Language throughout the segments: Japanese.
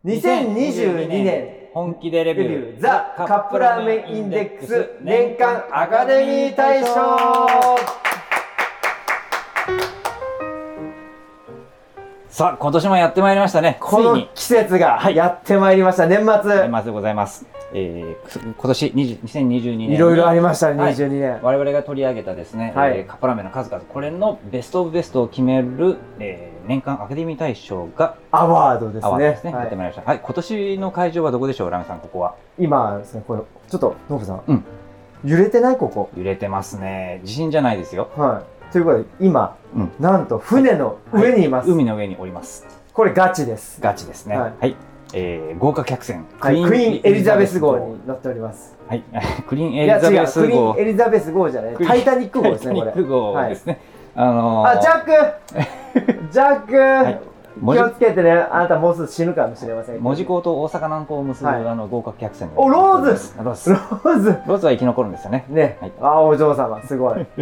2022年本気でレビューザ・カップラーメンインデックス年間アカデミー大賞。 さあ今年もやってまいりましたね。 この季節がやってまいりました。年末でございます。今年2022年いろいろありましたね。 はい、 22年我々が取り上げたですね、 はい、 カップラーメンの数々、これのベストオブベストを決める、年間アカデミー大賞がアワードですね。 やってまいりました。はい、今年の会場はどこでしょう、ラメさん、ここは。 今ですね、これちょっとノブさん、揺れてない？ここ揺れてますね。地震じゃないですよ。 はい。ということで今、なんと船の上にいます。 海の上におります。 これガチです。 ガチですね。はい。豪華客船クイーンエリザベス号に乗っております。 はい。クイーンエリザベス号。 クイーンエリザベス号じゃない。タイタニック号ですね。これ。 タイタニック号ですね。 ジャック。ジャック。気をつけてね。あなたもうすぐ死ぬかもしれません。 門司港と大阪南港を結ぶ豪華客船。 お、ローズ。ローズは生き残るんですよね。 ね。お嬢様すごい。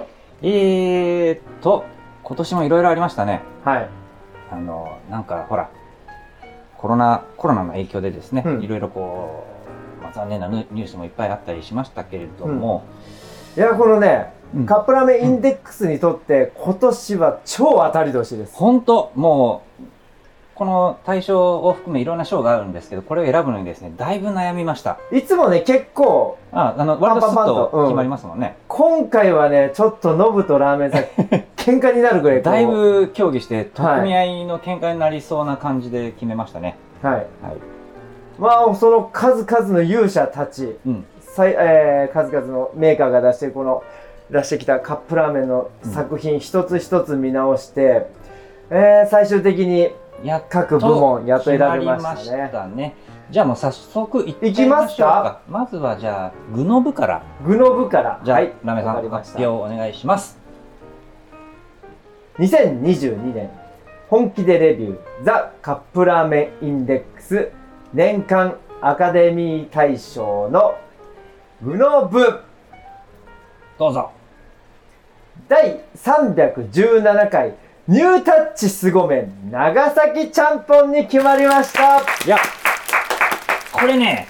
今年もいろいろありましたね。 はい。 なんかほらコロナの影響でですね、いろいろこう、残念なニュースもいっぱいあったりしましたけれども、 いやこのね、カップラーメンインデックスにとって今年は超当たり年です。 本当もうこの大賞を含めいろんな賞があるんですけど、これを選ぶのにですね、だいぶ悩みました。 いつもね結構割とスッと決まりますもんね。 今回はねちょっとノブとラーメンさん喧嘩になるぐらいだいぶ協議して取っ組み合いの喧嘩になりそうな感じで決めましたね。 はい、はい、まあその数々の勇者たち、数々のメーカーが出してきたカップラーメンの作品一つ一つ見直して、最終的に各部門やっと選びましたね。 じゃあもう早速いってみましょうか。まずはじゃあ具の部から。 具の部から。 じゃあラメさん発表お願いします。 2022年本気でレビューザ・カップラーメンインデックス年間アカデミー大賞の具の部。 どうぞ。 第317回ニュータッチ凄麺長崎ちゃんぽんに決まりました。 いやこれね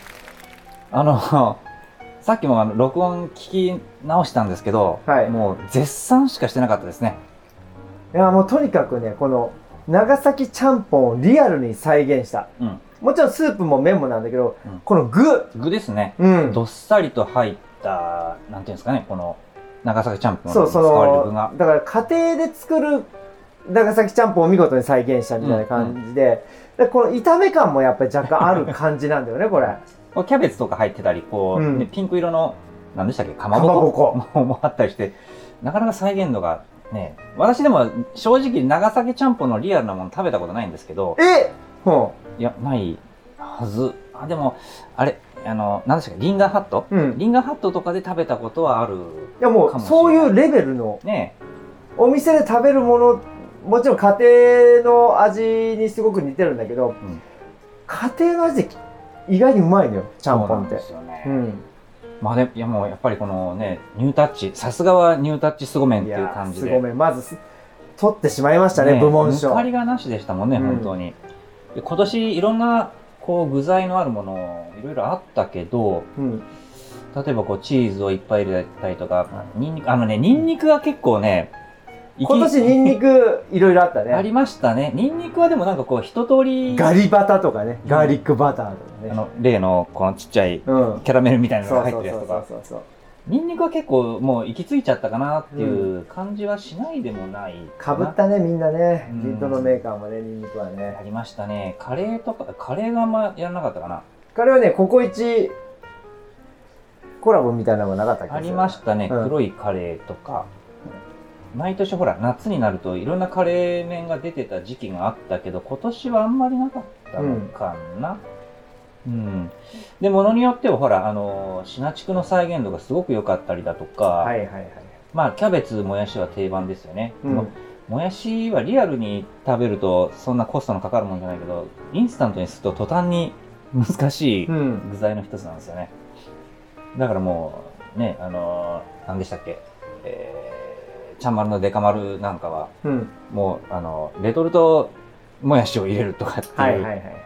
さっきも録音聞き直したんですけど、もう絶賛しかしてなかったですね。 いやもうとにかくねこの長崎ちゃんぽんをリアルに再現した、もちろんスープも麺もなんだけど、この具ですね、どっさりと入ったなんていうんですかね、この長崎ちゃんぽんに使われる具が、 だから家庭で作る長崎ちゃんぽんを見事に再現したみたいな感じで、この炒め感もやっぱり若干ある感じなんだよねこれ。 キャベツとか入ってたりこう、ピンク色の何でしたっけ、かまぼこもあったりして、なかなか再現度がね、私でも正直長崎ちゃんぽんのリアルなもの食べたことないんですけど、いやないはず。でもあれ何でしたっけ、リンガーハット、リンガーハットとかで食べたことはある。いやもうそういうレベルのね、お店で食べるもの、もちろん家庭の味にすごく似てるんだけど、家庭の味で意外にうまいのよちゃんぽんって。いやもうやっぱりこのねニュータッチ、さすがはニュータッチ凄麺っていう感じで、まず取ってしまいましたね、部門賞。抜かりがなしでしたもんね、本当に。今年いろんなこう具材のあるものいろいろあったけど、例えばこうチーズをいっぱい入れたりとか、ニンニクは結構ね、今年ニンニクいろいろあったね。ありましたね。ニンニクはでもなんかこう一通り、ガリバタとかね、ガーリックバターとかね、例のこのちっちゃいキャラメルみたいなのが入ってるやつとか、ニンニクは結構もう行き着いちゃったかなっていう感じはしないでもないかぶったね、みんなね。どのメーカーもね、ニンニクはね。ありましたね。カレーとか、カレーがあんまやらなかったかな。カレーはね、ココイチコラボみたいなのがなかったっけ。ありましたね。黒いカレーとか。毎年ほら夏になるといろんなカレー麺が出てた時期があったけど、今年はあんまりなかったのかな。でものによってはほらシナチクの再現度がすごく良かったりだとか、まあキャベツもやしは定番ですよね。もやしはリアルに食べるとそんなコストのかかるもんじゃないけど、インスタントにすると途端に難しい具材の一つなんですよね。だからもうね、何でしたっけ、ちゃんまるのデカ丸なんかは、もうレトルトもやしを入れるとかっていう、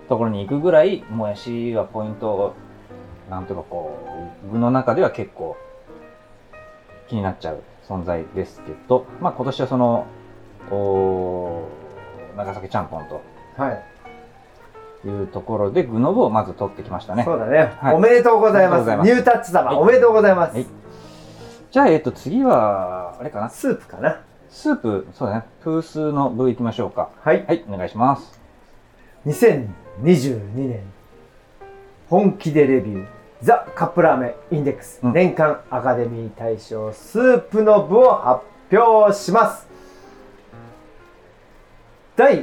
ところに行くぐらいもやしはポイント、なんというかこう具の中では結構気になっちゃう存在ですけど、まあ今年はその長崎ちゃんぽんというところで具の部をまず取ってきましたね。 そうだね、はい、おめでとうございます。ニュータッチ様、はい、おめでとうございます。はい、 じゃあ次はあれかな、 スープかな。 スープ、そうだね、プースの部いきましょうか。 はい、 はい、お願いします。 2022年本気でレビューザ・カップラーメンインデックス、年間アカデミー大賞スープの部を発表します。第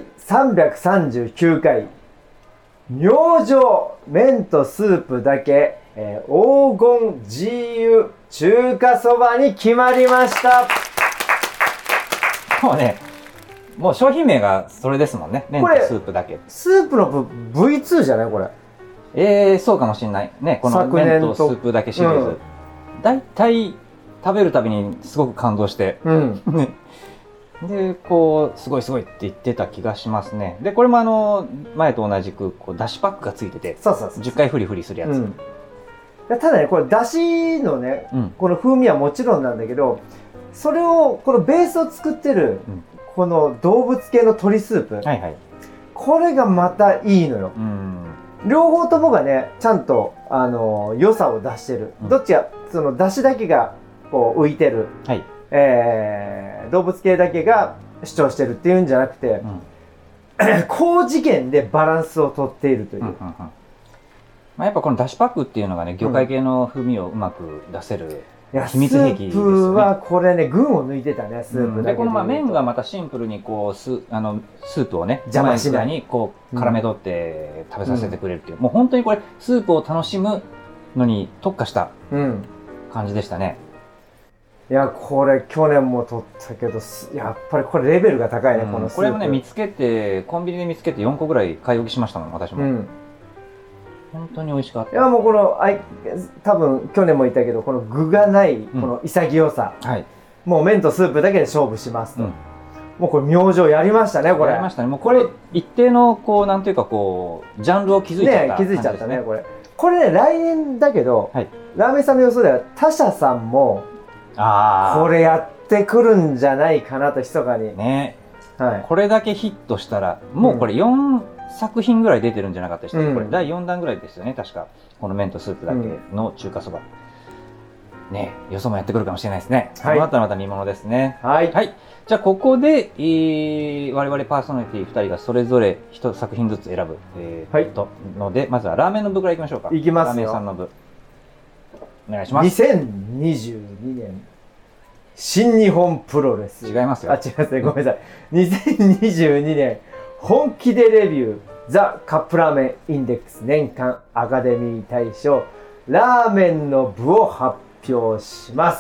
339回明星麺とスープだけ、黄金 GU 中華そばに決まりました。 もうね、もう商品名がそれですもんね。麺とスープだけ。 スープの部 V2 じゃないこれ。 そうかもしれないね。この麺とスープだけシリーズ。だいたい食べるたびにすごく感動して、ね、でこうすごいすごいって言ってた気がしますね。でこれも前と同じくこうだしパックがついてて、10回フリフリするやつ。 ただね、これだしのね、この風味はもちろんなんだけど、それをこのベースを作ってる、この動物系の鶏スープ、これがまたいいのよ。両方ともがね、ちゃんと良さを出してる。どっちがそのだしだけがこう浮いてる、動物系だけが主張してるっていうんじゃなくて、高次元でバランスをとっているという。 やっぱこのだしパックっていうのがね、魚介系の風味をうまく出せる秘密兵器ですよね。スープはこれね、群を抜いてたね、スープだけで。この麺がまたシンプルにこうスープをね、邪魔しないにこう絡め取って食べさせてくれるっていう、もう本当にこれスープを楽しむのに特化した感じでしたね。 いや、これ去年も取ったけど、やっぱりこれレベルが高いね、このスープ。 これもね、見つけてコンビニで見つけて4個ぐらい買い置きしましたもん、私も。本当に美味しかった。いや、もうこの多分去年も言ったけど、この具がないこの潔さ、もう麺とスープだけで勝負しますと、もうこれ明星やりましたね。これやりましたね。もうこれ一定のこうなんていうかこうジャンルを築いちゃった感じですね。 気づいちゃったね。これね、来年だけど、ラーメンさんの予想では他社さんもこれやってくるんじゃないかなと密かにね。これだけヒットしたらもうこれ4作品ぐらい出てるんじゃなかったでしたっけ、これ第4弾ぐらいですよね、確か。この麺とスープだけの中華そば。ね、よそもやってくるかもしれないですね。そのあたりまた見ものですね。はい。じゃあここで、我々パーソナリティ2人がそれぞれ1作品ずつ選ぶ、ので、まずはラーメンの部からいきましょうか。 いきますよ。 ラーメンさんの部。お願いします。 2022年新日本プロレス。 違いますよ。 違いますね。ごめんなさい。2022年本気でレビューザ・カップラーメンインデックス年間アカデミー大賞ラーメンの部を発表します。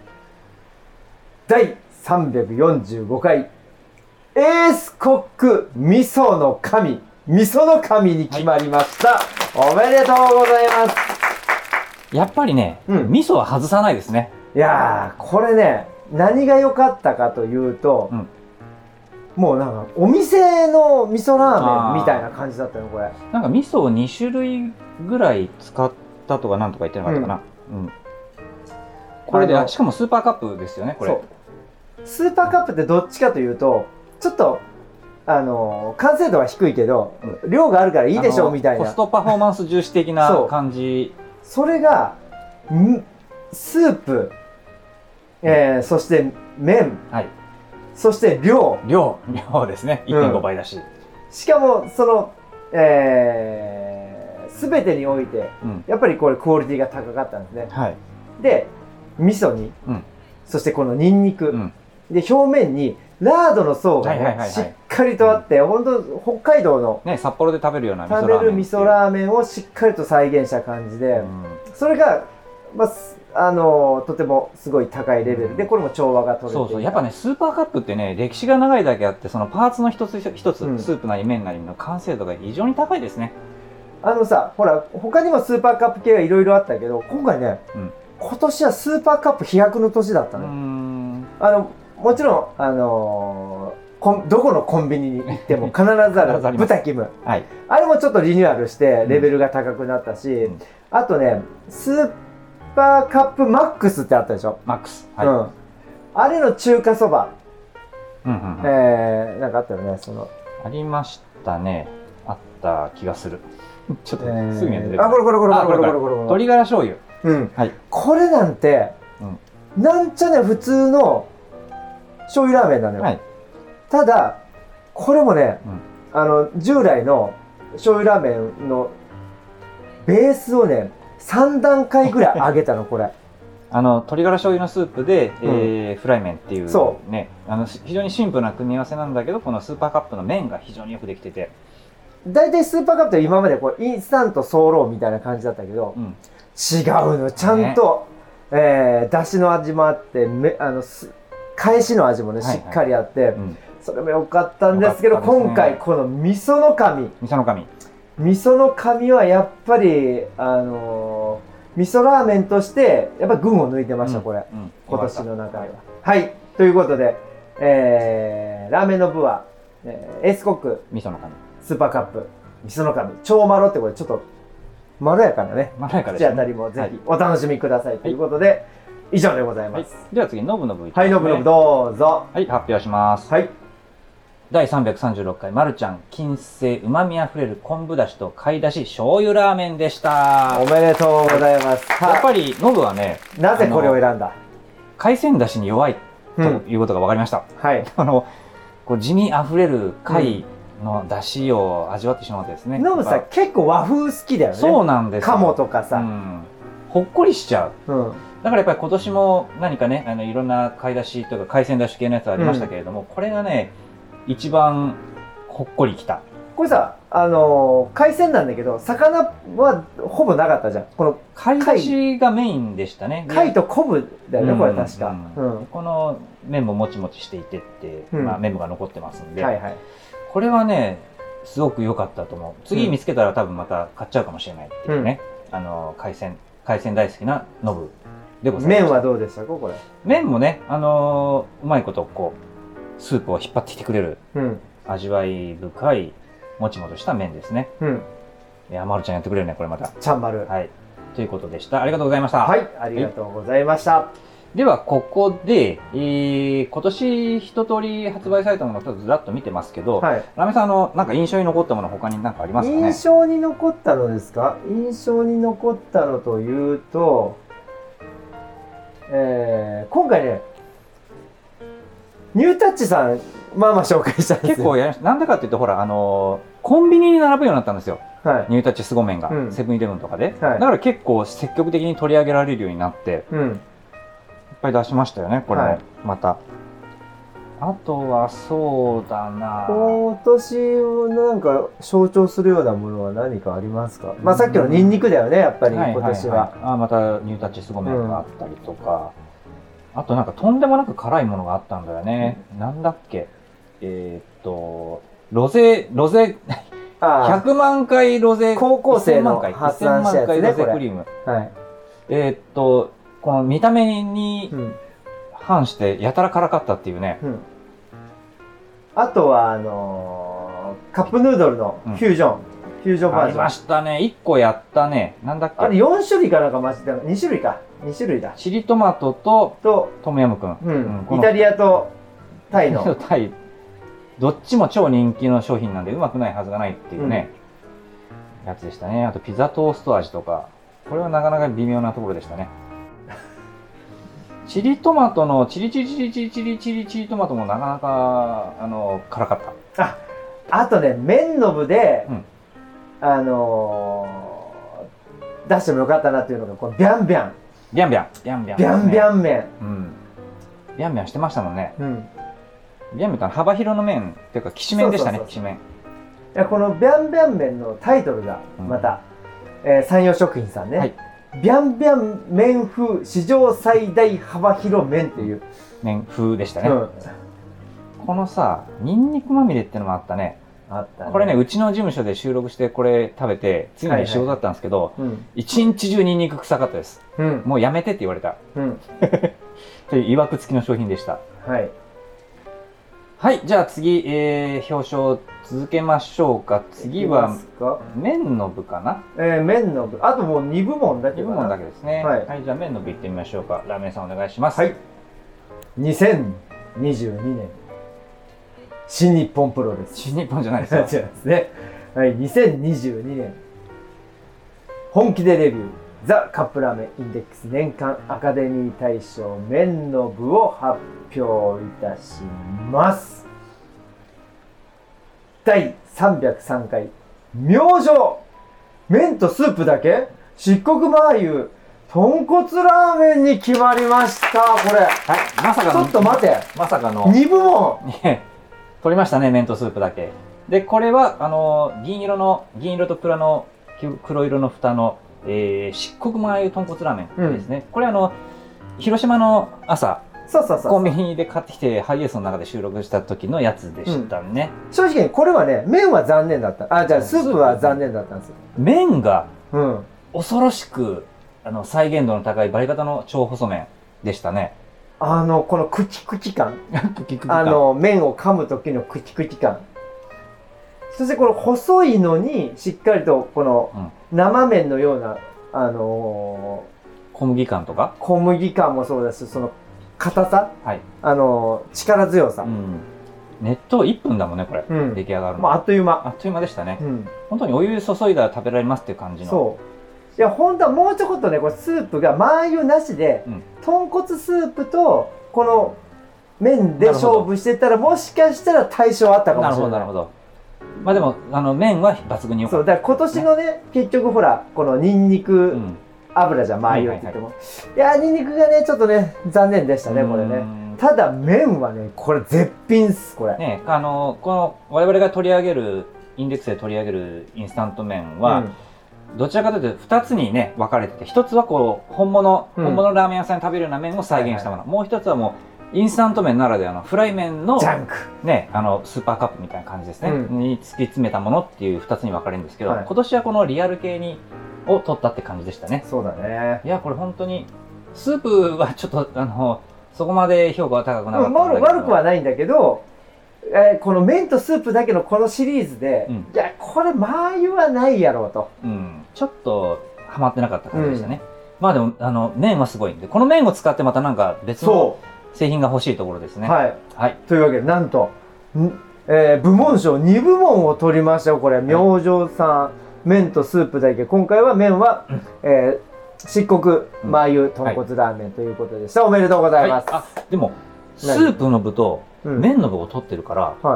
第345回エースコック味噌の神に決まりました。おめでとうございます。 やっぱりね、味噌は外さないですね。 いやー、これね、何が良かったかというと、もうなんかお店の味噌ラーメンみたいな感じだったよこれ。 なんか味噌を2種類ぐらい使ったとかなんとか言ってなかったかな。これでしかもスーパーカップですよねこれ。 スーパーカップってどっちかというとちょっと完成度は低いけど、量があるからいいでしょうみたいな。 コストパフォーマンス重視的な感じ。 それがスープ、そして麺。そして量ですね。 1.5 倍だし、 しかもその全てにおいてやっぱりこれクオリティが高かったんですね。で味噌に、そしてこのニンニク、で表面にラードの層がねしっかりとあって、本当北海道の札幌で食べるような味噌ラーメンをしっかりと再現した感じで、それがとてもすごい高いレベルで、これも調和が取れている。 やっぱねスーパーカップってね歴史が長いだけあって、そのパーツの一つ一つ、スープなり麺なりの完成度が非常に高いですね。 ほら他にもスーパーカップ系はいろいろあったけど、今回ね、今年はスーパーカップ飛躍の年だったね。もちろんどこのコンビニに行っても必ずある豚キム、 はい、 あれもちょっとリニューアルしてレベルが高くなったし、あとねスーパーカップマックスってあったでしょ。 マックス、はい、 あれの中華そば、なんかあったよね。 ありましたね。あった気がする。ちょっとすぐに出てくる。 これ鶏ガラ醤油。 はい。これなんてなんちゃね普通の醤油ラーメンなのよ。はい、ただこれもね、従来の醤油ラーメンのベースをね3段階ぐらい上げたのこれ。 鶏ガラ醤油のスープで、フライ麺っていうね、非常にシンプルな組み合わせなんだけど、このスーパーカップの麺が非常によくできてて、 大体スーパーカップって今までインスタントソーローみたいな感じだったけど、違うの。ちゃんと、だしの味もあって返しの味もねしっかりあって、それも良かったんですけど、今回この味噌の神はやっぱり味噌ラーメンとしてやっぱ群を抜いてました、これ、今年の中では。はい、ということで、ラーメンの部は、エースコック味噌の神、 スーパーカップ味噌の神超マロって、これちょっとまろやかなね、口当たりもぜひお楽しみくださいということで、以上でございます。 では次ノブノブいきますね。はい、ノブノブどうぞ。 はい、発表します。はい、第336回まるちゃん金星うまみあふれる昆布だしと貝だし醤油ラーメンでした。 おめでとうございます。 やっぱりノブはね、 なぜこれを選んだ？ 海鮮だしに弱いということが分かりました。はい、こう地味あふれる貝のだしを味わってしまってですね。 ノブさ結構和風好きだよね。 そうなんですよ。 鴨とかさ、 ほっこりしちゃう。だからやっぱり今年も何かね、いろんな貝だしとか海鮮だし系のやつありましたけれども、これがね一番ほっこりきた。 これさ、海鮮なんだけど魚はほぼなかったじゃん。この貝だしがメインでしたね。 貝と昆布だよね、これ確か。 この麺ももちもちしていてって、麺が残ってますんで、これはねすごく良かったと思う。次見つけたら多分また買っちゃうかもしれないっていうね。海鮮大好きなノブでございます。 麺はどうでしたかこれ？ 麺もね、うまいことこうスープを引っ張ってきてくれる、味わい深いもちもちした麺ですね。まるちゃんやってくれるね、これまた。 ちゃんまる。 はい。ということでした。ありがとうございました。 はい、ありがとうございました。 では、ここで、今年一通り発売されたものをちょっとずらっと見てますけど、ラメさん、なんか印象に残ったもの他に何かありますかね？ 印象に残ったのですか？印象に残ったのというと、今回ね、ニュータッチさん、まあまあ紹介したんですよ。 結構やりました。なんでかっていうと、ほら、コンビニに並ぶようになったんですよ。ニュータッチ凄麺が、セブンイレブンとかで。だから結構積極的に取り上げられるようになって、いっぱい出しましたよね、これも。また。あとは、そうだな。 今年をなんか象徴するようなものは何かありますか？まあさっきのニンニクだよね、やっぱり今年は。 またニュータッチ凄麺があったりとか。あとなんかとんでもなく辛いものがあったんだよね。なんだっけ。ロゼ、100万回ロゼ、 高校生の発案したやつね、 1000万回ロゼクリーム。この見た目に反してやたら辛かったっていうね。 あとはカップヌードルのフュージョンバージョン。 ありましたね。1個やったね。なんだっけ。 あれ4種類かなんかマジで2種類か。2種類だ。 チリトマトとトムヤムクン。 イタリアとタイの。 タイ。どっちも超人気の商品なんでうまくないはずがないっていうね、やつでしたね。あとピザトースト味とか、これはなかなか微妙なところでしたね。チリトマトのチリトマトもなかなか辛かった。 あとね、麺の部で、出してもよかったなっていうのがこのビャンビャン麺。ビャンビャンしてましたもんね。ビャンビャンって幅広の麺っていうかきしめんでしたね。きしめん。いや、このビャンビャン麺のタイトルがまた、山陽食品さんね、ビャンビャン麺風史上最大幅広麺っていう麺風でしたね。このさ、ニンニクまみれってのもあったね。これね、うちの事務所で収録してこれ食べて次の日仕事だったんですけど、一日中ニンニク臭かったです。もうやめてって言われた。という曰く付きの商品でした。 はい、じゃあ次、表彰続けましょうか。次は麺の部かな。 麺の部、あともう2部門だけ。 2部門だけですね。 はい、 はい、じゃあ麺の部いってみましょうか。ラーメンさんお願いします。 はい。2022年新日本プロレス。 新日本じゃないですよ。 違いますね。はい、2022年本気でレビューザ・カップラーメンインデックス年間アカデミー大賞麺の部を発表いたします。第303回明星麺とスープだけ漆黒マー油豚骨ラーメンに決まりました。これ、はい、 まさかの、 ちょっと待て、 まさかの 2部門取りましたね。麺とスープだけで、これは銀色と黒色の蓋の漆黒マー油豚骨ラーメンですね。これ広島の朝コンビニで買ってきてハイエースの中で収録した時のやつでしたね。 正直これはね、麺は残念だった。じゃあスープは残念だったんですよ。 麺が恐ろしく再現度の高いバリカタの超細麺でしたね。 このクチクチ感麺を噛む時のクチクチ感、そしてこの細いのにしっかりとこの生麺のような小麦感とか、 小麦感もそうだし、その硬さ、 はい、 力強さ、 熱湯1分だもんねこれ、出来上がるの。 もうあっという間でしたね。本当にお湯注いだら食べられますっていう感じの。そう、 いや本当はもうちょこっとね、これスープがマー油なしで、豚骨スープとこの麺で勝負してたら、もしかしたら対象あったかもしれない。 なるほど。まあでも麺は抜群に良かった。 そうだから今年のね、結局ほらこのニンニク油じゃん、マー油って言っても、いやニンニクがねちょっとね残念でしたねこれね。ただ麺はねこれ絶品っすこれね。 この我々が取り上げるインデックスで取り上げるインスタント麺は、どちらかというと2つにね分かれてて、1つはこう本物ラーメン屋さんで食べるような麺を再現したもの、もう1つはもうインスタント麺ならではのフライ麺のジャンクね、スーパーカップみたいな感じですね、に突き詰めたものっていう2つに分かれるんですけど、今年はこのリアル系を取ったって感じでしたね。 そうだね。 いやこれ本当にスープはちょっとそこまで評価は高くなかったんだけど、 悪くはないんだけど、この麺とスープだけのこのシリーズで、いやこれマー油はないやろうと、 ちょっとハマってなかった感じでしたね。まあでも麺はすごいんで、この麺を使ってまたなんか別の製品が欲しいところですね。 はい、というわけでなんと、部門賞2部門を取りましたよこれ。明星さん麺とスープだけ、今回は麺は、漆黒マー油豚骨ラーメンということでした。おめでとうございます。 でもスープの部と麺の部を取ってるから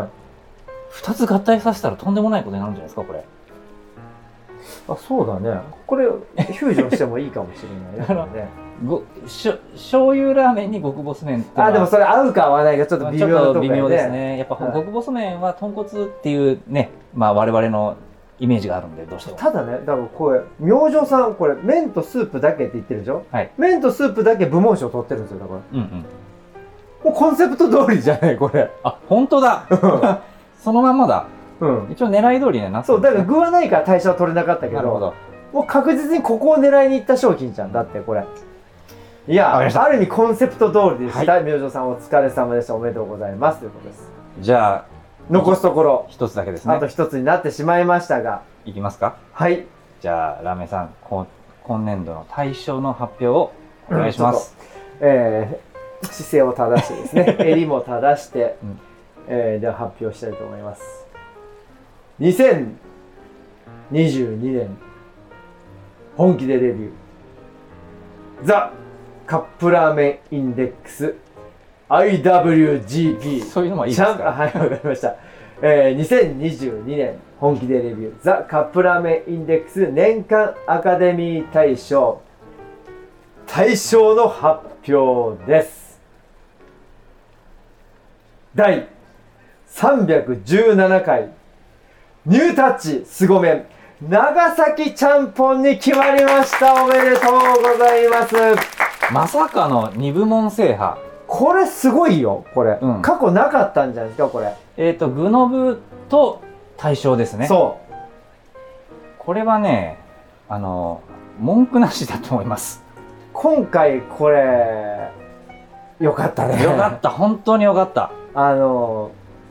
、2つ合体させたらとんでもないことになるんじゃないですかこれ。 そうだね。これフュージョンしてもいいかもしれないね。 醤油ラーメンに極細麺って、 でもそれ合うか合わないかちょっと微妙なところで、 微妙ですね。やっぱ極細麺は豚骨っていうね、まあ我々のイメージがあるんで、どうしても。 ただね、だからこれ明星さんこれ麺とスープだけって言ってるでしょ。麺とスープだけ部門賞取ってるんですよ。だからもうコンセプト通りじゃないこれ。 本当だ。そのまんまだ。一応狙い通りになって。 そうだから具はないから対象は取れなかったけど、もう確実にここを狙いにいった商品じゃん。だってこれ、いやある意味コンセプト通りでした。明星さんお疲れ様でした。おめでとうございますということです。 じゃあ残すところ一つだけですね。 あと一つになってしまいましたが、 いきますか。 はい。 じゃあラーメンさん、今年度の大賞の発表をお願いします。 姿勢を正してですね、襟も正して、では発表したいと思います。2022年本気でレビューザ・カップラーメンインデックス IWGP。 そういうのもいいですか。 はい、わかりました。2022年本気でレビューザ・カップラーメンインデックス年間アカデミー大賞の発表です。第317回ニュータッチ凄麺長崎ちゃんぽんに決まりました。おめでとうございます。 まさかの2部門制覇。 これすごいよこれ、過去なかったんじゃないですかこれ。 具の部と大賞ですね。そう、これはね文句なしだと思います。 今回これよかったね。 よかった、本当によかった。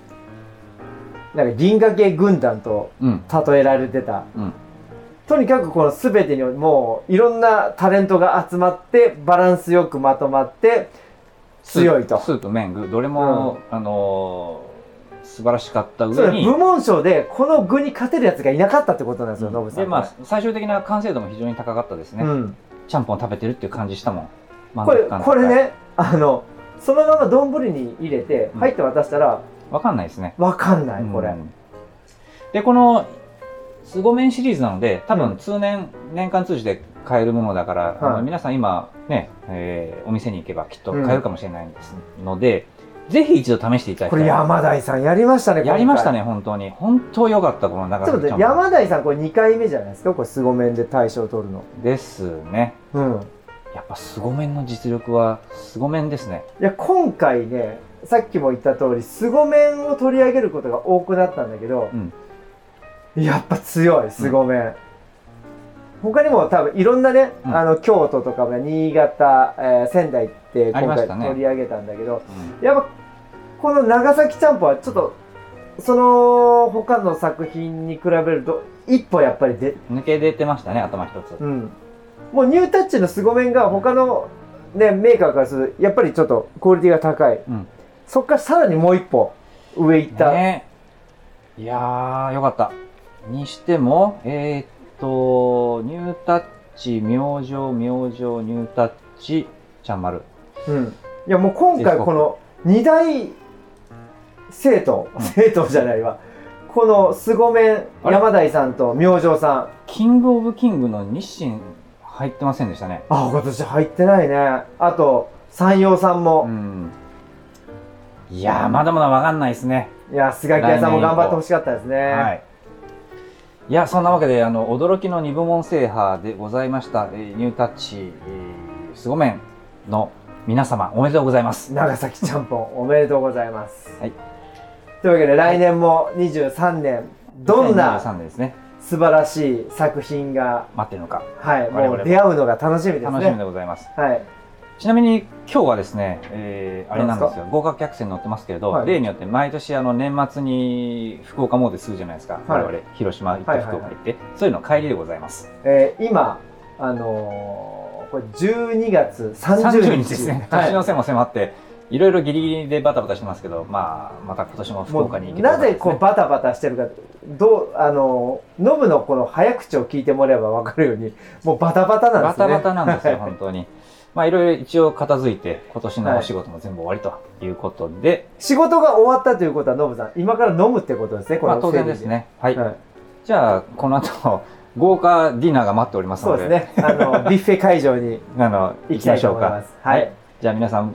なんか銀河系軍団と例えられてた、とにかくこの全てにもういろんなタレントが集まってバランスよくまとまって強いと。 スープ麺具どれも、素晴らしかった上に部門賞でこの具に勝てるやつがいなかったってことなんですよ、ノブさん。 でまあ最終的な完成度も非常に高かったですね。ちゃんぽん食べてるっていう感じしたもん。 これね、そのまま丼に入れて入って渡したら分かんないですね。 分かんないこれ。 でこのすご麺シリーズなので多分年間通じて買えるものだから、皆さん今ね、お店に行けばきっと買えるかもしれないので、ぜひ一度試していただきたい。 これ山台さんやりましたね。 やりましたね、本当に。本当良かった、この長崎ちゃんぽん。 山台さんこれ2回目じゃないですか、これすご麺で大賞を取るの。 ですね。やっぱすご麺の実力はすご麺ですね。 いや今回ね、さっきも言った通りすご麺を取り上げることが多くなったんだけど、やっぱ強いすご麺。他にも多分いろんなね、京都とか新潟、仙台って今回取り上げたんだけど、やっぱこの長崎ちゃんぽんはちょっとその他の作品に比べると一歩やっぱり抜け出てましたね、頭一つ。 もうニュータッチのすご麺が他の、ね、メーカーからするとやっぱりちょっとクオリティが高い、そっからさらにもう一歩上行った、いやーよかったにしてもニュータッチ明星ニュータッチちゃんまる、 いやもう今回この2大生徒じゃないわ、このすご麺山台さんと明星さん、 キングオブキングの日清入ってませんでしたね。 今年入ってないね。あと山陽さんも、 いやーまだまだ分かんないですね。 いやスガキ屋さんも頑張ってほしかったですね。 いやそんなわけで驚きの2部門制覇でございました、ニュータッチすご麺の皆様おめでとうございます。 長崎ちゃんぽんおめでとうございます。というわけで来年も23年どんな素晴らしい作品が待ってるのか、 もう出会うのが楽しみですね。 楽しみでございます。ちなみに今日はですね、あれなんですよ、豪華客船乗ってますけれど、例によって毎年年末に福岡詣するじゃないですか、我々広島行って福岡行って、そういうの帰りでございます。 今これ12月30日ですね。 年の瀬も迫っていろいろギリギリでバタバタしてますけど、また今年も福岡に行けたら、 なぜこうバタバタしてるか、ノブのこの早口を聞いてもらえば分かるように、もうバタバタなんですね。 バタバタなんですよ本当に。いろいろ一応片付いて今年のお仕事も全部終わりということで、 仕事が終わったということはノブさん今から飲むってことですね。この当然ですね。じゃあこの後豪華ディナーが待っておりますので、 そうですね、ビュッフェ会場に行きましょうか。 じゃあ皆さん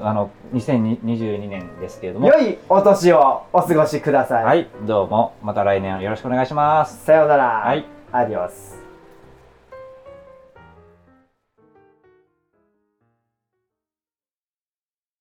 2022年ですけれども、 良いお年をお過ごしください。 どうもまた来年よろしくお願いします。 さようなら。アディオス。